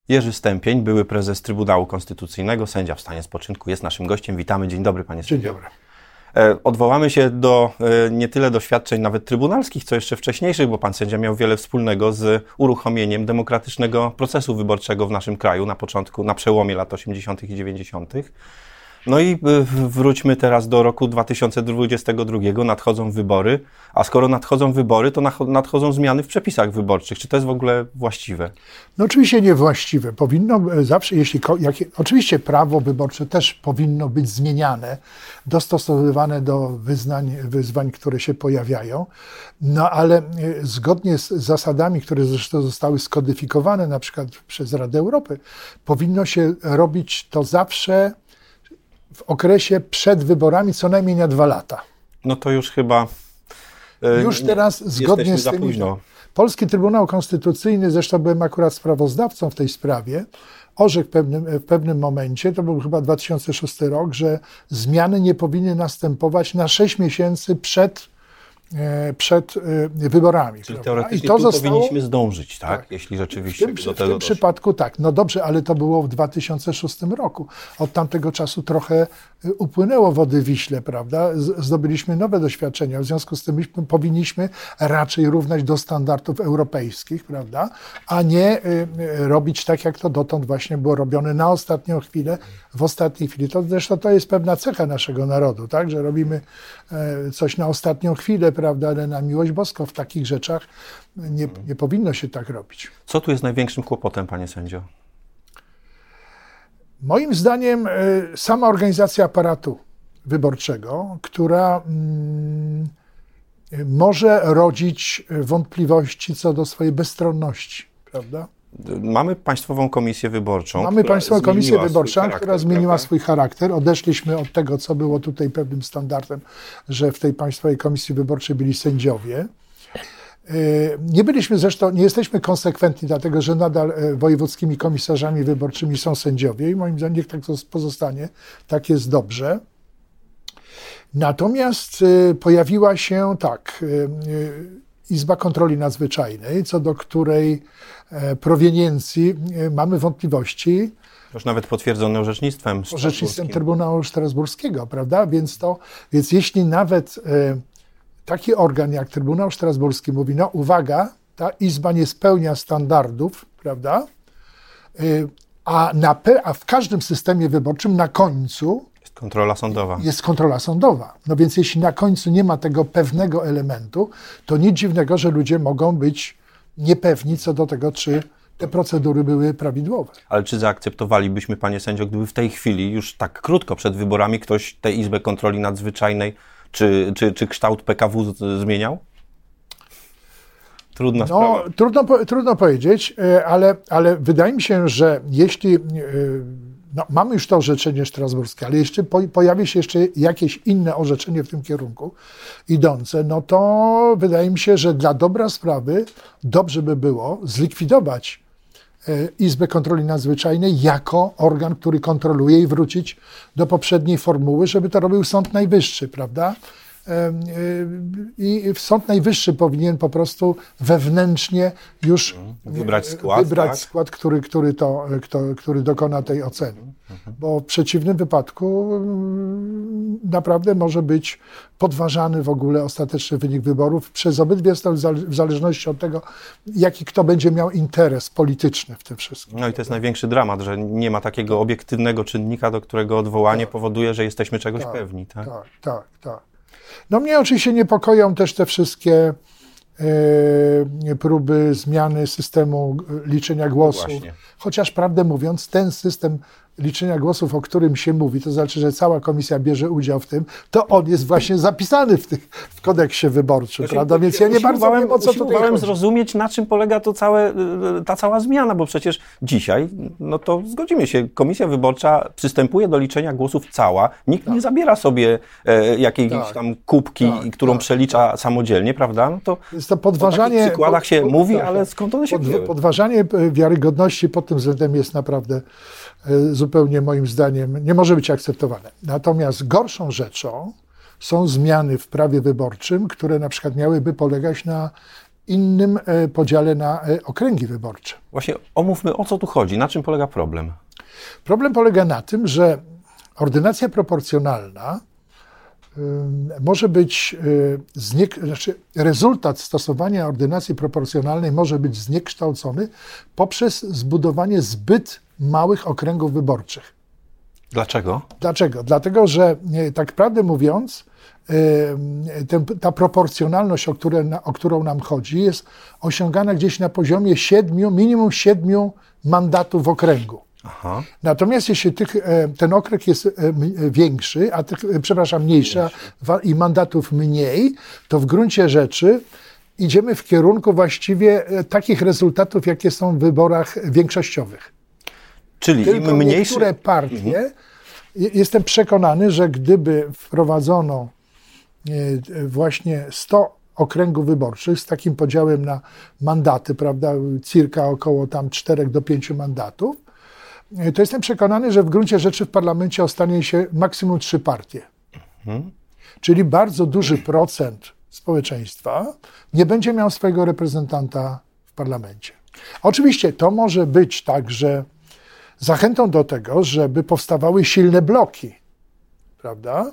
Jerzy Stępień, były prezes Trybunału Konstytucyjnego, sędzia w stanie spoczynku, jest naszym gościem. Witamy. Dzień dobry, panie sędzio. Dzień dobry. Odwołamy się nie tyle doświadczeń nawet trybunalskich, co jeszcze wcześniejszych, bo pan sędzia miał wiele wspólnego z uruchomieniem demokratycznego procesu wyborczego w naszym kraju na przełomie lat 80. i 90. No i wróćmy teraz do roku 2022, nadchodzą wybory, a skoro nadchodzą wybory, to nadchodzą zmiany w przepisach wyborczych. Czy to jest w ogóle właściwe? No oczywiście niewłaściwe. Powinno zawsze, oczywiście prawo wyborcze też powinno być zmieniane, dostosowywane do wyzwań, które się pojawiają, no ale zgodnie z zasadami, które zresztą zostały skodyfikowane na przykład przez Radę Europy, powinno się robić to zawsze w okresie przed wyborami co najmniej na 2 lata. No to już chyba... Już teraz zgodnie z tym... Polski Trybunał Konstytucyjny, zresztą byłem akurat sprawozdawcą w tej sprawie, orzekł w pewnym momencie, to był chyba 2006 rok, że zmiany nie powinny następować na 6 miesięcy przed wyborami. Czyli teoretycznie powinniśmy zdążyć, tak? Jeśli rzeczywiście w tym przypadku tak. No dobrze, ale to było w 2006 roku. Od tamtego czasu trochę upłynęło wody Wiśle, prawda? Zdobyliśmy nowe doświadczenia, w związku z tym powinniśmy raczej równać do standardów europejskich, prawda? A nie robić tak, jak to dotąd właśnie było robione na ostatnią chwilę, w ostatniej chwili. Zresztą to jest pewna cecha naszego narodu, tak? Że robimy coś na ostatnią chwilę, prawda, ale na miłość boską w takich rzeczach nie powinno się tak robić. Co tu jest największym kłopotem, panie sędzio? Moim zdaniem sama organizacja aparatu wyborczego, która może rodzić wątpliwości co do swojej bezstronności, prawda? Mamy Państwową Komisję Wyborczą. Mamy Państwową Komisję Wyborczą, która zmieniła swój charakter. Odeszliśmy od tego, co było tutaj pewnym standardem, że w tej Państwowej Komisji Wyborczej byli sędziowie. Nie jesteśmy konsekwentni, dlatego że nadal wojewódzkimi komisarzami wyborczymi są sędziowie i moim zdaniem niech tak to pozostanie. Tak jest dobrze. Natomiast pojawiła się Izba Kontroli Nadzwyczajnej, co do której proweniencji mamy wątpliwości. Już nawet potwierdzone orzecznictwem Trybunału Strasburskiego, prawda? Więc jeśli nawet taki organ jak Trybunał Strasburski mówi, no uwaga, ta Izba nie spełnia standardów, prawda? A w każdym systemie wyborczym na końcu jest kontrola sądowa. No więc jeśli na końcu nie ma tego pewnego elementu, to nic dziwnego, że ludzie mogą być niepewni co do tego, czy te procedury były prawidłowe. Ale czy zaakceptowalibyśmy, panie sędzio, gdyby w tej chwili, już tak krótko przed wyborami, ktoś tę Izbę Kontroli Nadzwyczajnej czy kształt PKW zmieniał? Trudna sprawa. Trudno powiedzieć, ale wydaje mi się, że jeśli... mamy już to orzeczenie strasburskie, ale jeszcze pojawi się jeszcze jakieś inne orzeczenie w tym kierunku idące, no to wydaje mi się, że dla dobra sprawy dobrze by było zlikwidować Izbę Kontroli Nadzwyczajnej jako organ, który kontroluje i wrócić do poprzedniej formuły, żeby to robił Sąd Najwyższy, prawda? I Sąd Najwyższy powinien po prostu wewnętrznie już wybrać skład, który dokona tej oceny. Bo w przeciwnym wypadku naprawdę może być podważany w ogóle ostateczny wynik wyborów przez obydwie strony, w zależności od tego, jaki kto będzie miał interes polityczny w tym wszystkim. No i to jest największy dramat, że nie ma takiego obiektywnego czynnika, do którego odwołanie powoduje, że jesteśmy czegoś pewni. Tak. No mnie oczywiście niepokoją też te wszystkie próby zmiany systemu liczenia głosów. Chociaż prawdę mówiąc, ten system liczenia głosów, o którym się mówi, to znaczy, że cała komisja bierze udział w tym, to on jest właśnie zapisany w kodeksie wyborczym, prawda? Więc ja nie bardzo wiem, o co tutaj chodzi. Zrozumieć, na czym polega ta cała zmiana, bo przecież dzisiaj, no to zgodzimy się, komisja wyborcza przystępuje do liczenia głosów cała, nikt nie zabiera sobie jakiejś tam kubki, którą przelicza samodzielnie, prawda? No to jest to podważanie... O takich przykładach się mówi, ale skąd one się wzięły? Podważanie wiarygodności pod tym względem jest naprawdę zupełnie moim zdaniem nie może być akceptowane. Natomiast gorszą rzeczą są zmiany w prawie wyborczym, które na przykład miałyby polegać na innym podziale na okręgi wyborcze. Właśnie omówmy, o co tu chodzi, na czym polega problem? Problem polega na tym, że ordynacja proporcjonalna może być, rezultat stosowania ordynacji proporcjonalnej może być zniekształcony poprzez zbudowanie zbyt małych okręgów wyborczych. Dlaczego? Dlaczego? Dlatego, że tak prawdę mówiąc, ta proporcjonalność, o którą nam chodzi, jest osiągana gdzieś na poziomie minimum 7 mandatów w okręgu. Aha. Natomiast jeśli ten okręg jest większy, mniejszy i mandatów mniej, to w gruncie rzeczy idziemy w kierunku właściwie takich rezultatów, jakie są w wyborach większościowych. Czyli tylko im mniejszy... niektóre partie, jestem przekonany, że gdyby wprowadzono właśnie 100 okręgów wyborczych z takim podziałem na mandaty, prawda, cirka około tam 4 do 5 mandatów, to jestem przekonany, że w gruncie rzeczy w parlamencie ostanie się maksimum 3 partie. Czyli bardzo duży procent społeczeństwa nie będzie miał swojego reprezentanta w parlamencie. Oczywiście to może być także zachętą do tego, żeby powstawały silne bloki, prawda?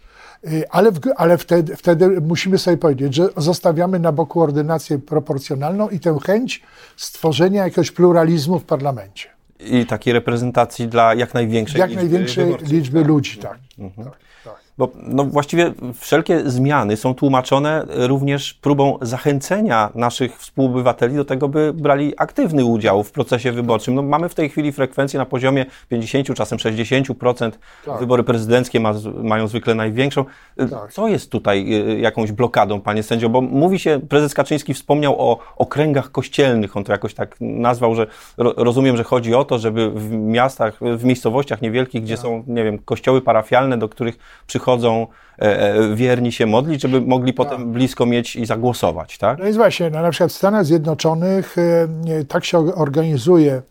Ale wtedy musimy sobie powiedzieć, że zostawiamy na boku ordynację proporcjonalną i tę chęć stworzenia jakiegoś pluralizmu w parlamencie. I takiej reprezentacji dla jak największej liczby ludzi, tak. Bo właściwie wszelkie zmiany są tłumaczone również próbą zachęcenia naszych współobywateli do tego, by brali aktywny udział w procesie wyborczym. Mamy w tej chwili frekwencję na poziomie 50, czasem 60%. Tak. Wybory prezydenckie mają zwykle największą. Tak. Co jest tutaj jakąś blokadą, panie sędzio? Bo mówi się, prezes Kaczyński wspomniał o okręgach kościelnych. On to jakoś tak nazwał, że rozumiem, że chodzi o to, żeby w miastach, w miejscowościach niewielkich, gdzie są, nie wiem, kościoły parafialne, do których przychodzą wierni się modlić, żeby mogli potem blisko mieć i zagłosować, tak? No jest właśnie, na przykład w Stanach Zjednoczonych tak się organizuje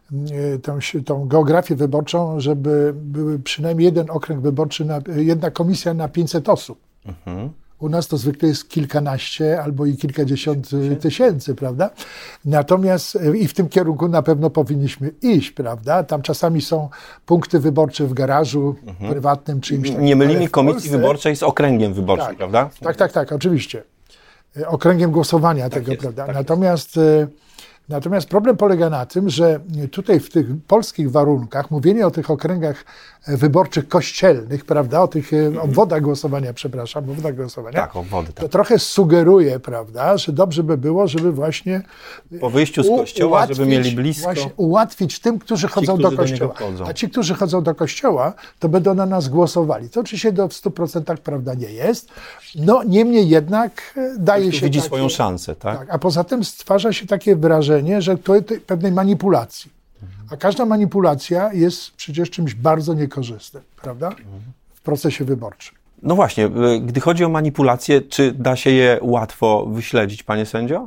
tą geografię wyborczą, żeby były przynajmniej jeden okręg wyborczy, jedna komisja na 500 osób. U nas to zwykle jest kilkanaście albo i kilkadziesiąt tysięcy, prawda? Natomiast i w tym kierunku na pewno powinniśmy iść, prawda? Tam czasami są punkty wyborcze w garażu prywatnym, czymś takim. Nie mylimy komisji wyborczej z okręgiem wyborczym, tak, prawda? Tak, oczywiście. Okręgiem głosowania tak tego, jest, prawda? Tak Natomiast problem polega na tym, że tutaj w tych polskich warunkach mówienie o tych okręgach wyborczych kościelnych, prawda, o tych obwodach głosowania, tak, obwody, tak. To trochę sugeruje, prawda, że dobrze by było, żeby właśnie po wyjściu z kościoła, żeby mieli blisko. Właśnie ułatwić tym, którzy chodzą do kościoła. A ci, którzy chodzą do kościoła, to będą na nas głosowali. To oczywiście w 100% prawda nie jest. No niemniej jednak daje się widzi swoją szansę, tak? Tak? A poza tym stwarza się takie wrażenie, że to jest pewnej manipulacji. A każda manipulacja jest przecież czymś bardzo niekorzystnym, prawda? W procesie wyborczym. No właśnie, gdy chodzi o manipulacje, czy da się je łatwo wyśledzić, panie sędzio?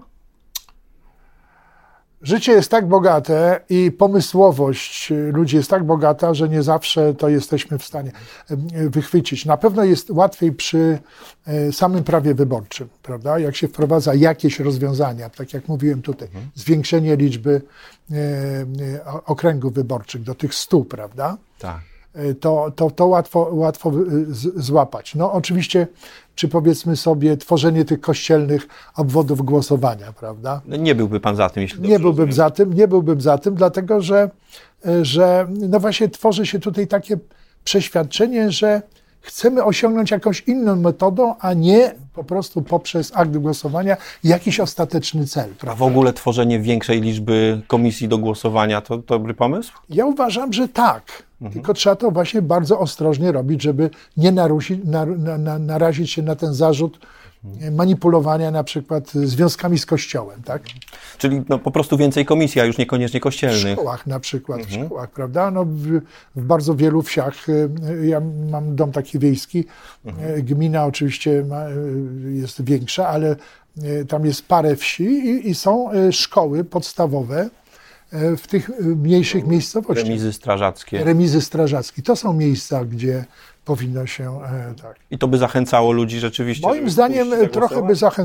Życie jest tak bogate i pomysłowość ludzi jest tak bogata, że nie zawsze to jesteśmy w stanie wychwycić. Na pewno jest łatwiej przy samym prawie wyborczym, prawda? Jak się wprowadza jakieś rozwiązania, tak jak mówiłem tutaj, zwiększenie liczby okręgów wyborczych do tych 100, prawda? Tak. To łatwo złapać. No oczywiście, czy powiedzmy sobie tworzenie tych kościelnych obwodów głosowania, prawda? Nie byłby pan za tym, jeśli nie byłbym za tym, dlatego że no właśnie tworzy się tutaj takie przeświadczenie, że chcemy osiągnąć jakąś inną metodą, a nie po prostu poprzez akt głosowania jakiś ostateczny cel. Prawda? A w ogóle tworzenie większej liczby komisji do głosowania to dobry pomysł? Ja uważam, że tak. Tylko trzeba to właśnie bardzo ostrożnie robić, żeby nie narazić się na ten zarzut manipulowania na przykład związkami z Kościołem, tak? Czyli po prostu więcej komisji, a już niekoniecznie kościelnych. W szkołach na przykład, w szkołach, prawda? No, w bardzo wielu wsiach, ja mam dom taki wiejski, gmina oczywiście jest większa, ale tam jest parę wsi i są szkoły podstawowe w tych mniejszych miejscowościach. Remizy strażackie. Remizy strażackie. To są miejsca, gdzie powinno się tak. I to by zachęcało ludzi rzeczywiście? Moim zdaniem trochę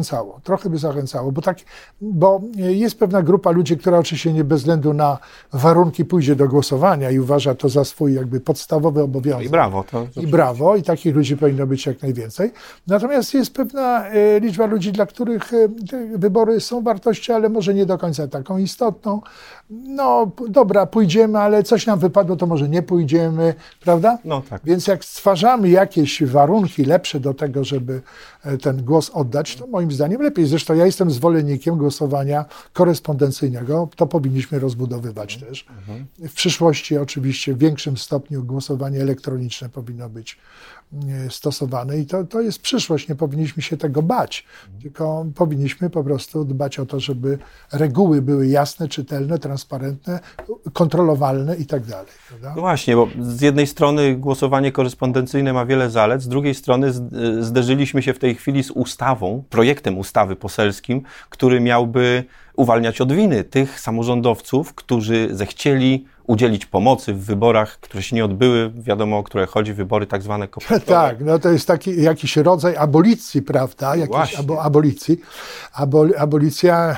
by zachęcało, bo jest pewna grupa ludzi, która oczywiście nie bez względu na warunki pójdzie do głosowania i uważa to za swój jakby podstawowy obowiązek. I brawo. I brawo, i takich ludzi powinno być jak najwięcej. Natomiast jest pewna liczba ludzi, dla których te wybory są wartością, ale może nie do końca taką istotną. No dobra, pójdziemy, ale coś nam wypadło, to może nie pójdziemy, prawda? No tak. Więc jak stwarzamy jakieś warunki lepsze do tego, żeby ten głos oddać, to moim zdaniem lepiej. Zresztą ja jestem zwolennikiem głosowania korespondencyjnego. To powinniśmy rozbudowywać też. W przyszłości oczywiście w większym stopniu głosowanie elektroniczne powinno być stosowane i to jest przyszłość. Nie powinniśmy się tego bać, tylko powinniśmy po prostu dbać o to, żeby reguły były jasne, czytelne, transparentne, kontrolowalne i tak dalej. Prawda? No właśnie, bo z jednej strony głosowanie korespondencyjne ma wiele zalet, z drugiej strony zderzyliśmy się w tej chwili z ustawą, projektem ustawy poselskim, który miałby uwalniać od winy tych samorządowców, którzy zechcieli udzielić pomocy w wyborach, które się nie odbyły, wiadomo, o które chodzi, wybory tak zwane kopertowe. Tak, no to jest taki jakiś rodzaj abolicji, prawda? Abolicji. Abolicja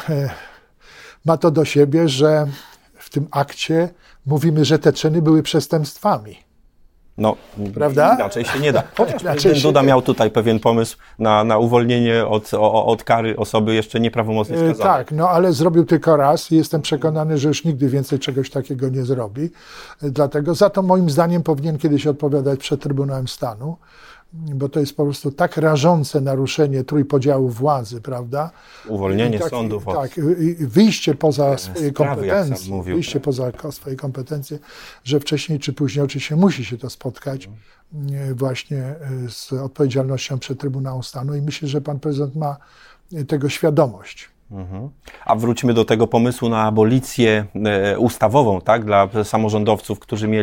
ma to do siebie, że w tym akcie mówimy, że te czyny były przestępstwami. No, prawda? Inaczej się nie da. Chociaż prezydent Duda miał tutaj pewien pomysł na uwolnienie od kary osoby jeszcze nieprawomocnie skazanej. Tak, no ale zrobił tylko raz i jestem przekonany, że już nigdy więcej czegoś takiego nie zrobi. Dlatego za to moim zdaniem powinien kiedyś odpowiadać przed Trybunałem Stanu, bo to jest po prostu tak rażące naruszenie trójpodziału władzy, prawda? Uwolnienie sądów od... Tak, wyjście poza swoje kompetencje, mówił, poza swoje kompetencje, że wcześniej czy później oczywiście musi się to spotkać właśnie z odpowiedzialnością przed Trybunałem Stanu i myślę, że pan prezydent ma tego świadomość. A wróćmy do tego pomysłu na abolicję ustawową, tak, dla samorządowców,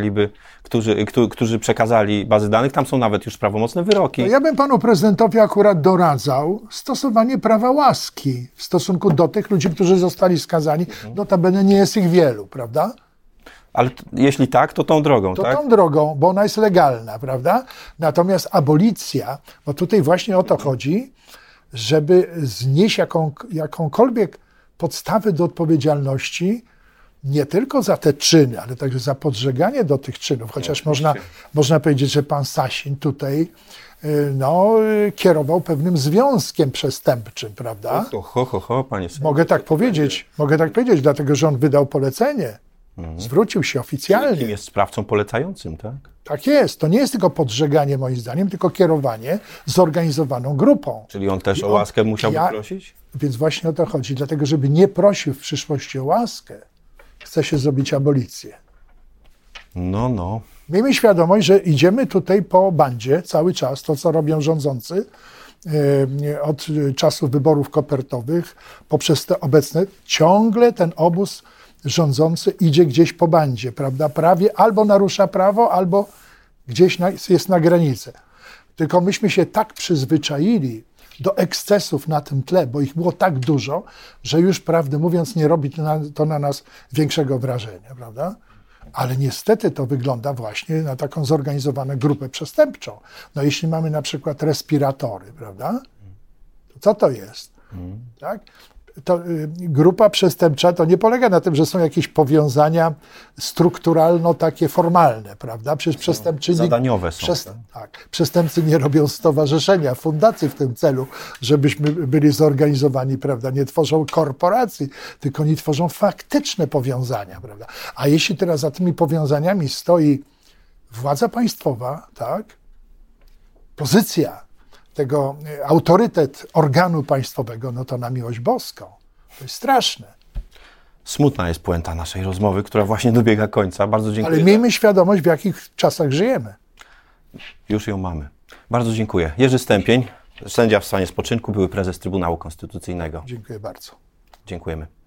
którzy przekazali bazy danych. Tam są nawet już prawomocne wyroki. No ja bym panu prezydentowi akurat doradzał stosowanie prawa łaski w stosunku do tych ludzi, którzy zostali skazani. Notabene nie jest ich wielu, prawda? Ale jeśli tak, to tą drogą, to tak? Tą drogą, bo ona jest legalna, prawda? Natomiast abolicja, bo tutaj właśnie o to chodzi, żeby znieść jakąkolwiek podstawę do odpowiedzialności nie tylko za te czyny, ale także za podżeganie do tych czynów. Chociaż można powiedzieć, że pan Sasin tutaj kierował pewnym związkiem przestępczym, prawda? Panie Sasin. Mogę tak powiedzieć, dlatego że on wydał polecenie. Zwrócił się oficjalnie. Kim jest sprawcą polecającym, tak? Tak jest. To nie jest tylko podżeganie, moim zdaniem, tylko kierowanie zorganizowaną grupą. Czyli on też o łaskę musiałby prosić? Więc właśnie o to chodzi. Dlatego, żeby nie prosił w przyszłości o łaskę, chce się zrobić abolicję. No. Miejmy świadomość, że idziemy tutaj po bandzie cały czas, to co robią rządzący od czasów wyborów kopertowych, poprzez te obecne, ciągle ten obóz rządzący idzie gdzieś po bandzie, prawda? Prawie albo narusza prawo, albo gdzieś jest na granicy. Tylko myśmy się tak przyzwyczaili do ekscesów na tym tle, bo ich było tak dużo, że już, prawdę mówiąc, nie robi to na nas większego wrażenia, prawda? Ale niestety to wygląda właśnie na taką zorganizowaną grupę przestępczą. No jeśli mamy na przykład respiratory, prawda? To co to jest? Tak? To grupa przestępcza to nie polega na tym, że są jakieś powiązania strukturalno takie formalne, prawda? Przecież przestępczyni... Zadaniowe są. Tak. Przestępcy nie robią stowarzyszenia, fundacji w tym celu, żebyśmy byli zorganizowani, prawda? Nie tworzą korporacji, tylko oni tworzą faktyczne powiązania, prawda? A jeśli teraz za tymi powiązaniami stoi władza państwowa, tak? Pozycja tego autorytet organu państwowego, no to na miłość boską. To jest straszne. Smutna jest puenta naszej rozmowy, która właśnie dobiega końca. Bardzo dziękuję. Ale miejmy świadomość, w jakich czasach żyjemy. Już ją mamy. Bardzo dziękuję. Jerzy Stępień, sędzia w stanie spoczynku, były prezes Trybunału Konstytucyjnego. Dziękuję bardzo. Dziękujemy.